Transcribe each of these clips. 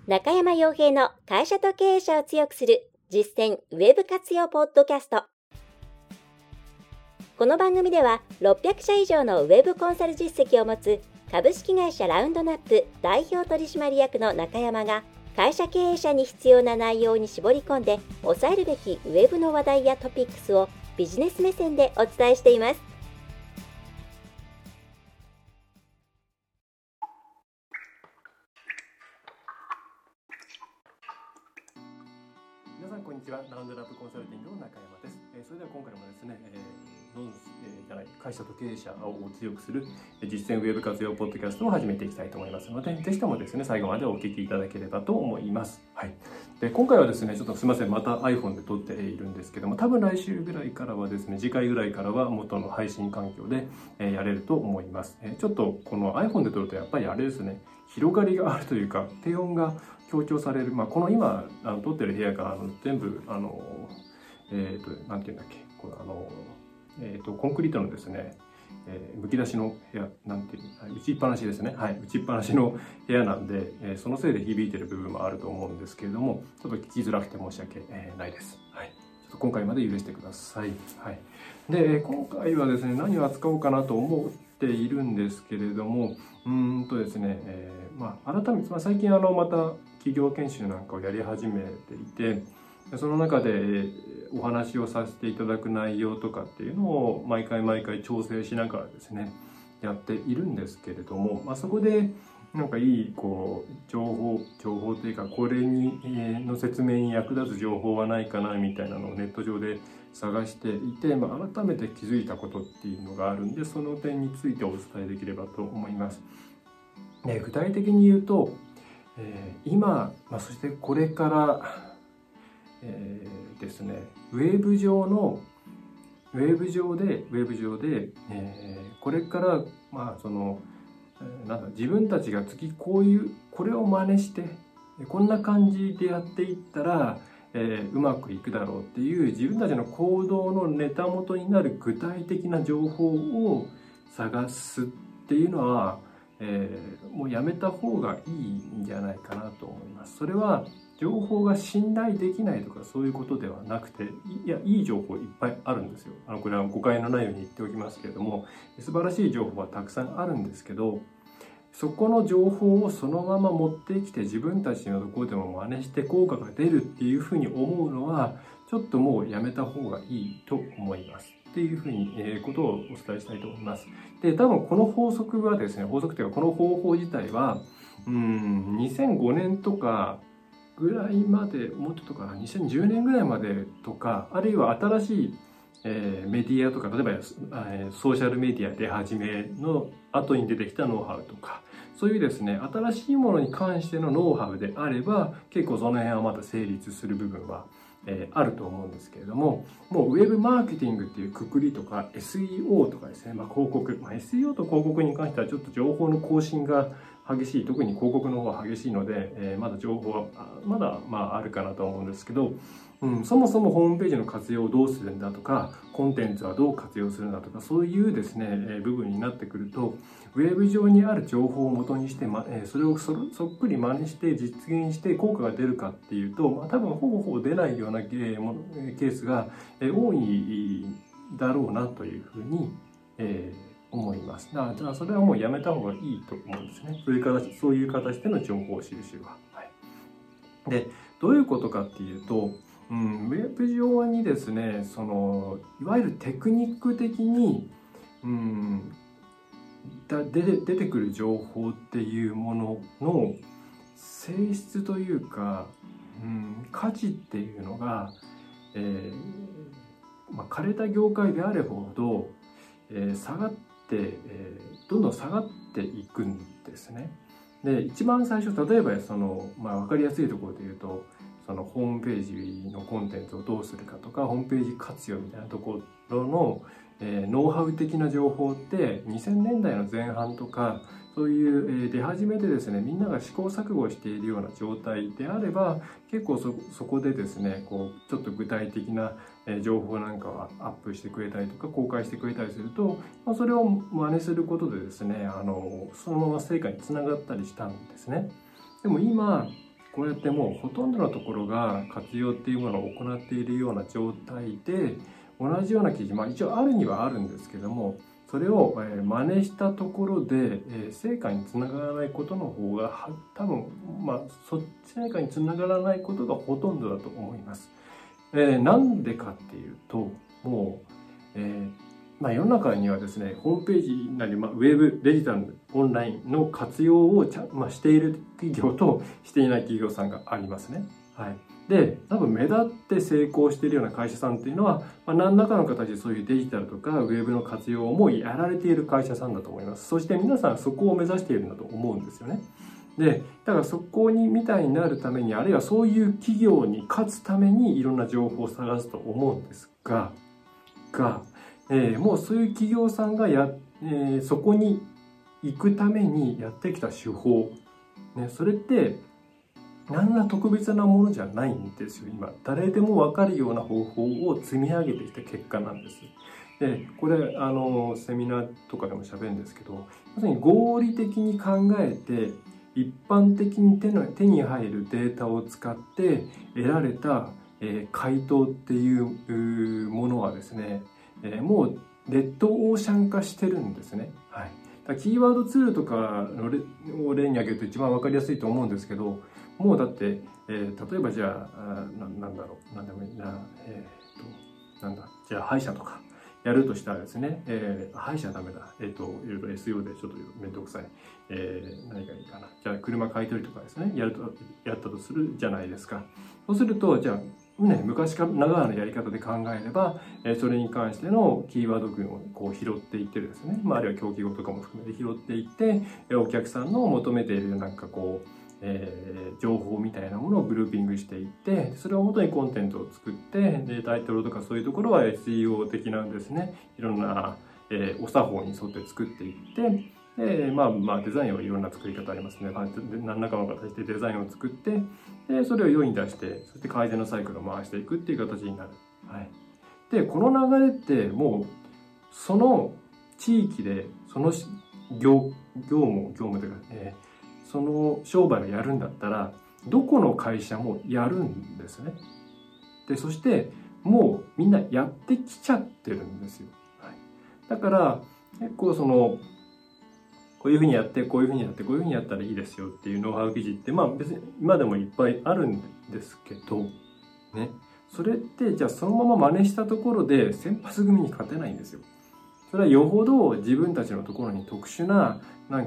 中山洋平の会社と経営者を強くする実践ウェブ活用ポッドキャスト。この番組では600社以上のウェブコンサル実績を持つ株式会社ラウンドナップ代表取締役の中山が会社経営者に必要な内容に絞り込んで押さえるべきウェブの話題やトピックスをビジネス目線でお伝えしています。 皆さんこんにちは。ラウンドナップコンサルティングの中山です。それでは今回もですね、会社と経営者を強くする実践ウェブ活用ポッドキャストを始めていきたいと思いますので、ぜひともですね、最後までお聞きいただければと思います。はい。で、今回はですね、ちょっとすみません、また iPhone で撮っているんですけども、多分来週ぐらいからはですね、次回ぐらいからは元の配信環境でやれると思います。ちょっとこの iPhone で撮るとやっぱりあれですね、広がりがあるというか、低音が強調される、この今撮ってる部屋が全部なんていうんだっけ、これコンクリートのですね、むき出しの部屋、なんていう打ちっぱなしですね、はい、打ちっぱなしの部屋なんで、そのせいで響いてる部分もあると思うんですけれども、ちょっと聞きづらくて申し訳ないです。はい、ちょっと今回まで許してください。はい、で、今回はですね、何を扱おうかなと思っているんですけれども、ですね、改めて、最近また企業研修なんかをやり始めていて、その中でお話をさせていただく内容とかっていうのを毎回調整しながらですねやっているんですけれども、そこでなんかいい情報というか、これの説明に役立つ情報はないかなみたいなのをネット上で探していて、改めて気づいたことっていうのがあるんで、その点についてお伝えできればと思います。具体的に言うと、今、そしてこれからですね、ウェブ上で、これから自分たちが次これを真似してこんな感じでやっていったら、うまくいくだろうっていう自分たちの行動のネタ元になる具体的な情報を探すっていうのは、もうやめた方がいいんじゃないかなと思います。それは情報が信頼できないとかそういうことではなくて、いい情報いっぱいあるんですよ。これは誤解のないように言っておきますけれども、素晴らしい情報はたくさんあるんですけど、そこの情報をそのまま持ってきて自分たちのところでも真似して効果が出るっていうふうに思うのは、ちょっともうやめた方がいいと思います。っていうふうにことをお伝えしたいと思います。で、多分この法則はですね、法則というかこの方法自体は2005年とかぐらいまで、もうちょっとかな、2010年ぐらいまでとか、あるいは新しいメディアとか、例えばソーシャルメディア出始めの後に出てきたノウハウとか、そういうですね、新しいものに関してのノウハウであれば、結構その辺はまだ成立する部分はあると思うんですけれども、もうウェブマーケティングっていうくくりとか SEO とかですね、広告、SEO と広告に関してはちょっと情報の更新が激しい、特に広告の方は激しいので、まだ情報はまだあるかなと思うんですけど、そもそもホームページの活用をどうするんだとか、コンテンツはどう活用するんだとか、そういうですね、部分になってくると、ウェブ上にある情報を元にして、それをそっくり真似して実現して効果が出るかっていうと、多分ほぼ出ないようなケースが多いだろうなというふうに思います。じゃあそれはもうやめた方がいいと思うんですね。そういう形での情報収集は。はい、で、どういうことかっていうと、ウェブ上にですね、いわゆるテクニック的に出てくる情報っていうものの性質というか、価値っていうのが、枯れた業界であれほど、下がって、どんどん下がっていくんですね。で、一番最初、例えば分かりやすいところで言うと、ホームページのコンテンツをどうするかとか、ホームページ活用みたいなところのノウハウ的な情報って2000年代の前半とか、そういう出始めでですね、みんなが試行錯誤しているような状態であれば、結構そこでですね、ちょっと具体的な情報なんかはアップしてくれたりとか公開してくれたりすると、それを真似することでですね、そのまま成果につながったりしたんですね。でも今こうやってもうほとんどのところが活用っていうものを行っているような状態で、同じような記事、一応あるにはあるんですけども、それを真似したところで成果につながらないことの方が多分、成果につながらないことがほとんどだと思います。なんでかっていうと、もう、世の中にはですね、ホームページなり、ウェブ、デジタル、オンラインの活用をしている企業としていない企業さんがありますね。はい。で、多分目立って成功しているような会社さんっていうのは、何らかの形でそういうデジタルとかウェブの活用もやられている会社さんだと思います。そして皆さんそこを目指しているんだと思うんですよね。で、だからそこみたいになるために、あるいはそういう企業に勝つためにいろんな情報を探すと思うんですが、もうそういう企業さんがそこに行くためにやってきた手法、それって何ら特別なものじゃないんですよ。今誰でも分かるような方法を積み上げてきた結果なんです。でこれセミナーとかでも喋るんですけど、要するに合理的に考えて一般的に手に入るデータを使って得られた回答っていうものはですね、もうレッドオーシャン化してるんですね。はい。キーワードツールとかを例に挙げると一番分かりやすいと思うんですけど、もうだって、例えばじゃあなんだろう、なんでもいいな、じゃあ歯医者とかやるとしたらですね、歯医者はダメだ、いろいろ SEO でちょっと面倒くさい、何がいいかな、じゃあ車買い取りとかですね、やったとするじゃないですか。そうすると、じゃあ昔から長々のやり方で考えれば、それに関してのキーワード群をこう拾っていってですね、あるいは狂気語とかも含めて拾っていって、お客さんの求めている情報みたいなものをグルーピングしていって、それをもとにコンテンツを作って、でタイトルとかそういうところは SEO 的なんですね、いろんな、お作法に沿って作っていって、でデザインはいろんな作り方ありますね。何らかの形でデザインを作って、でそれを世に出して、そして改善のサイクルを回していくっていう形になる。はい、でこの流れってもうその地域でその業務というか、その商売をやるんだったらどこの会社もやるんですね。でそしてもうみんなやってきちゃってるんですよ。はい、だから結構こういうふうにやってこういうふうにやってこういうふうにやったらいいですよっていうノウハウ記事って別に今でもいっぱいあるんですけどね、それってじゃあそのまま真似したところで先発組に勝てないんですよ。それはよほど自分たちのところに特殊な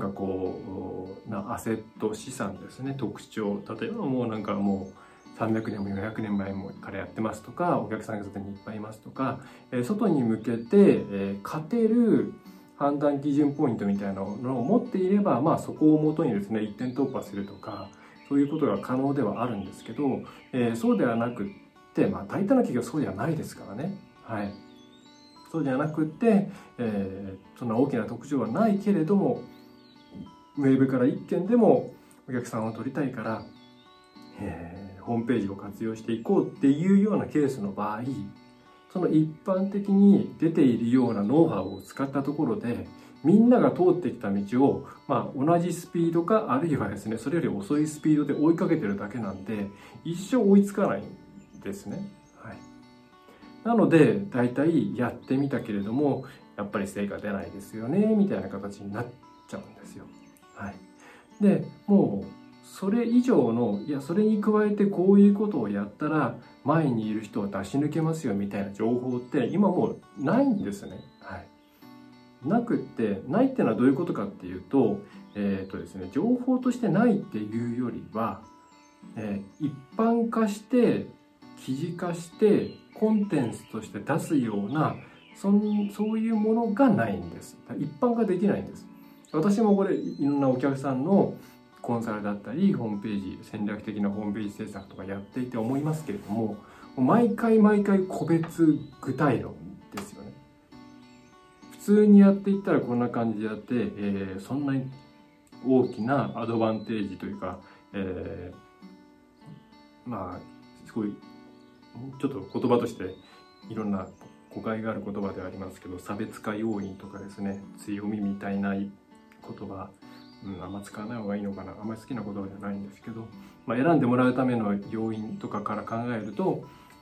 アセット資産ですね、特徴、例えばもう300年も400年前からやってますとか、お客さんが外にいっぱいいますとか、外に向けて勝てる判断基準ポイントみたいなのを持っていれば、そこをもとにですね一点突破するとか、そういうことが可能ではあるんですけど、そうではなくって、大体の企業はそうではないですからね。はい、そうじゃなくて、そんな大きな特徴はないけれども、ウェブから1件でもお客さんを取りたいから、ホームページを活用していこうっていうようなケースの場合、その一般的に出ているようなノウハウを使ったところで、みんなが通ってきた道を、同じスピードか、あるいはですねそれより遅いスピードで追いかけてるだけなんで、一生追いつかないんですね。はい、なので大体やってみたけれどもやっぱり成果出ないですよねみたいな形になっちゃうんですよ。はい、でもうそれ以上の、それに加えてこういうことをやったら前にいる人を出し抜けますよみたいな情報って今もうないんですね。はい、なくってないっていうのはどういうことかっていうと、ですね、情報としてないっていうよりは、一般化して記事化してコンテンツとして出すようなそういうものがないんです。一般化できないんです。私もこれいろんなお客さんのコンサルだったりホームページ、戦略的なホームページ制作とかやっていて思いますけれども、毎回個別具体論ですよね。普通にやっていったらこんな感じでやって、そんなに大きなアドバンテージというか、すごいちょっと言葉としていろんな誤解がある言葉ではありますけど、差別化要因とかですね、強みみたいな言葉あんま使わない方がいいのかな、あんまり好きな言葉じゃないんですけど、選んでもらうための要因とかから考えると、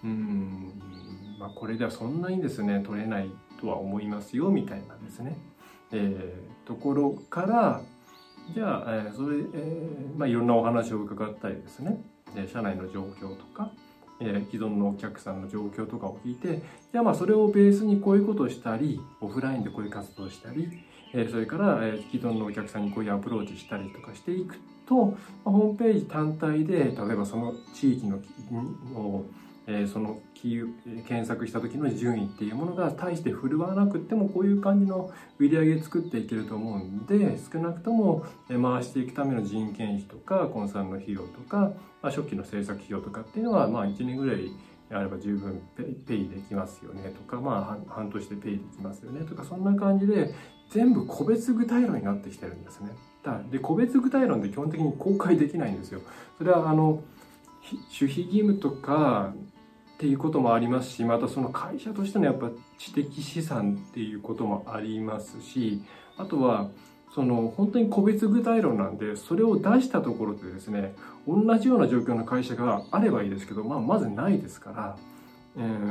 これではそんなにですね取れないとは思いますよみたいなですね、ところからじゃあ、いろんなお話を伺ったりですね、社内の状況とか、既存のお客さんの状況とかを聞いて、じゃあそれをベースにこういうことをしたり、オフラインでこういう活動をしたり、それから、既存のお客さんにこういうアプローチしたりとかしていくと、ホームページ単体で例えばその地域のその検索した時の順位っていうものが大して振るわなくってもこういう感じの売り上げ作っていけると思うんで、少なくとも回していくための人件費とかコンサルの費用とか、初期の制作費用とかっていうのは1年ぐらいあれば十分ペイできますよねとか、半年でペイできますよねとか、そんな感じで全部個別具体論になってきてるんですね。で個別具体論って基本的に公開できないんですよ。それは守秘義務とかっていうこともありますし、またその会社としてのやっぱ知的資産っていうこともありますし、あとはその本当に個別具体論なんで、それを出したところでですね、同じような状況の会社があればいいですけど、まずないですから、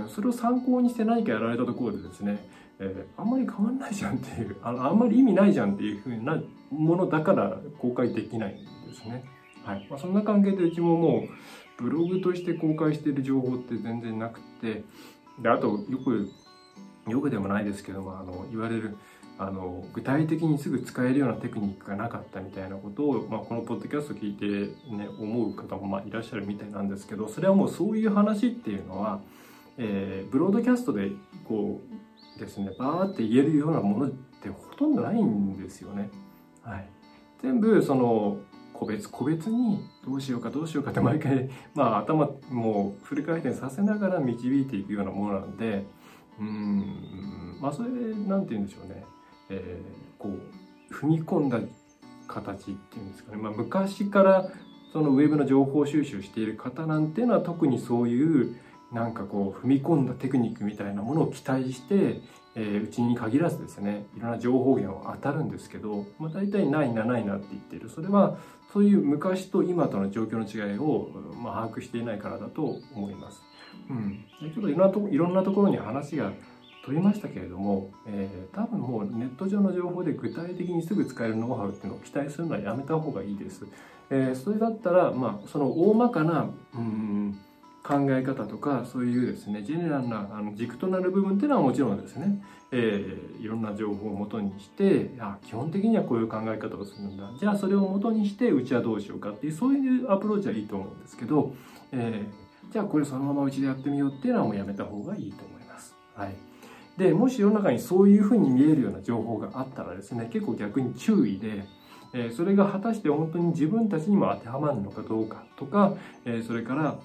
それを参考にして何かやられたところでですね、あんまり変わんないじゃんっていうあんまり意味ないじゃんっていうふうなものだから公開できないんですね。はい。そんな関係でうちももうブログとして公開している情報って全然なくて、であとよくでもないですけども、言われる具体的にすぐ使えるようなテクニックがなかったみたいなことを、このポッドキャストを聞いてね思う方もいらっしゃるみたいなんですけど、それはもうそういう話っていうのは、ブロードキャストでこうですねバーって言えるようなものってほとんどないんですよね。はい。全部その個別にどうしようかって毎回頭もうフル回転させながら導いていくようなものなんで、それでなんて言うんでしょうね、こう踏み込んだ形っていうんですかね、昔からそのウェブの情報収集している方なんていうのは特にそういうなんかこう踏み込んだテクニックみたいなものを期待して、うちに限らずですね、いろんな情報源を当たるんですけど、大体ないなって言ってる。それはそういう昔と今との状況の違いを、把握していないからだと思います。ちょっといろんなところに話が飛びましたけれども、多分もうネット上の情報で具体的にすぐ使えるノウハウっていうのを期待するのはやめた方がいいです。それだったら、その大まかな考え方とかそういうですねジェネラルな軸となる部分っていうのはもちろんですね、いろんな情報を元にして基本的にはこういう考え方をするんだ、じゃあそれを元にしてうちはどうしようかっていうそういうアプローチはいいと思うんですけど、じゃあこれそのままうちでやってみようっていうのはもうやめた方がいいと思います。はい。でもし世の中にそういうふうに見えるような情報があったらですね、結構逆に注意で、それが果たして本当に自分たちにも当てはまるのかどうかとか、それから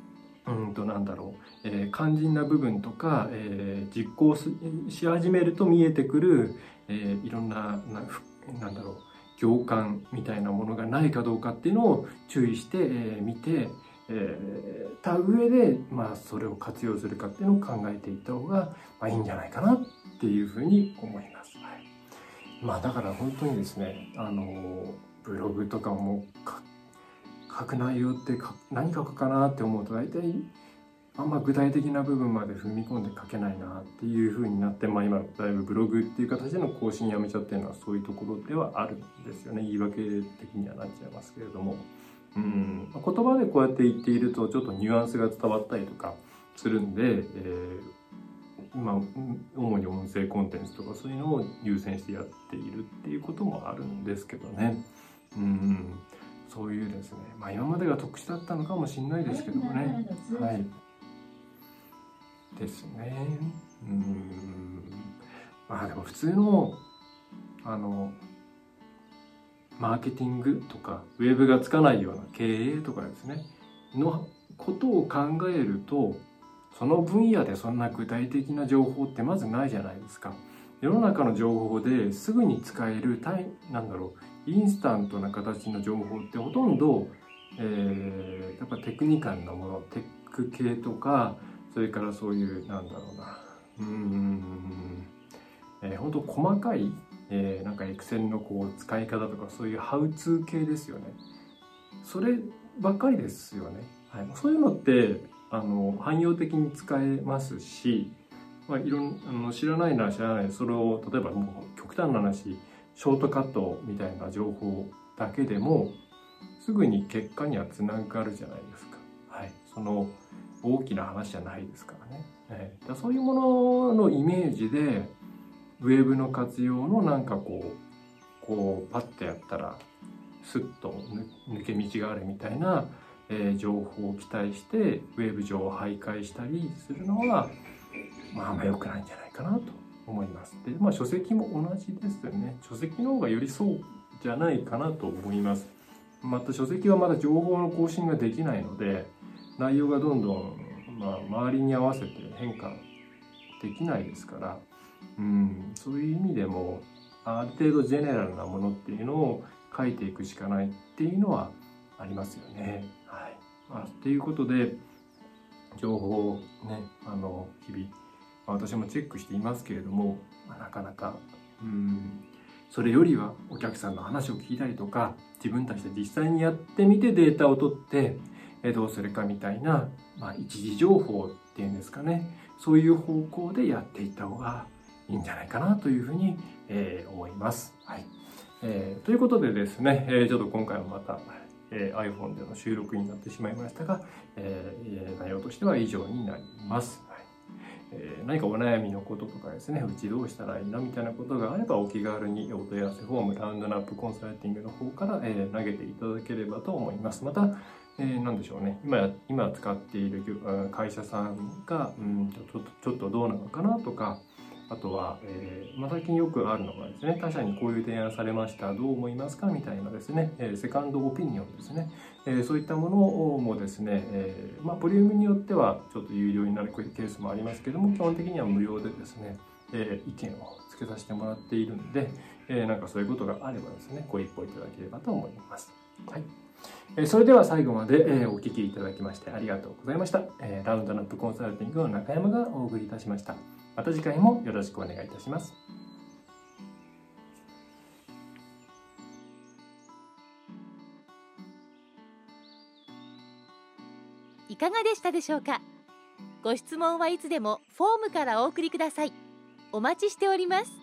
肝心な部分とか、実行し始めると見えてくる、いろんな行間みたいなものがないかどうかっていうのを注意して、見て、た上で、それを活用するかっていうのを考えていった方が、いいんじゃないかなっていうふうに思います。はい。だから本当にですね、ブログとかも書く内容って何書くかなって思うと大体あんま具体的な部分まで踏み込んで書けないなっていう風になって、今だいぶブログっていう形での更新やめちゃってるのはそういうところではあるんですよね。言い訳的にはなっちゃいますけれども、言葉でこうやって言っているとちょっとニュアンスが伝わったりとかするんで、主に音声コンテンツとかそういうのを優先してやっているっていうこともあるんですけどね。そういうですね、今までが特殊だったのかもしれないですけどもね。はい。ですね。でも普通のマーケティングとかウェブがつかないような経営とかですねのことを考えると、その分野でそんな具体的な情報ってまずないじゃないですか。世の中の情報ですぐに使えるインスタントな形の情報ってほとんど、やっぱテクニカルなもの、テック系とか、それからそういう本当細かいなんか Excel の使い方とかそういうハウツー系ですよね。そればっかりですよね。はい、そういうのって汎用的に使えますし、知らないなら知らないで、それを例えばもう極端な話、ショートカットみたいな情報だけでもすぐに結果にはつながるじゃないですか。はい、その大きな話じゃないですからね。そういうもののイメージでウェブの活用のなんかパッてやったらスッと抜け道があるみたいな、情報を期待してウェブ上を徘徊したりするのはあんま良くないんじゃないかなと思います。で、書籍も同じですよね。書籍の方がよりそうじゃないかなと思います。また書籍はまだ情報の更新ができないので、内容がどんどん、周りに合わせて変化できないですから、そういう意味でもある程度ジェネラルなものっていうのを書いていくしかないっていうのはありますよね。はい。ということで情報をね、日々私もチェックしていますけれども、なかなかそれよりはお客さんの話を聞いたりとか、自分たちで実際にやってみてデータを取ってどうするかみたいな、一時情報っていうんですかね、そういう方向でやっていった方がいいんじゃないかなというふうに、思います。はい。ということでですね、ちょっと今回もまた、iPhone での収録になってしまいましたが、内容としては以上になります。はい。何かお悩みのこととかですね、うちどうしたらいいなみたいなことがあれば、お気軽にお問い合わせフォーム、ラウンドナップコンサルティングの方から、投げていただければと思います。また、何でしょうね、今使っている会社さんがちょっとどうなのかなとか、あとは、最近よくあるのがですね、他社にこういう提案されました、どう思いますかみたいなですね、セカンドオピニオンですね、そういったものもですね、ボリュームによってはちょっと有料になるケースもありますけども、基本的には無料でですね、意見をつけさせてもらっているので、なんかそういうことがあればですね、ご一報いただければと思います。はい。それでは最後までお聞きいただきましてありがとうございました。ラウンドナップコンサルティングの中山がお送りいたしました。また次回もよろしくお願いいたします。 いかがでしたでしょうか。ご質問はいつでもフォームからお送りください。お待ちしております。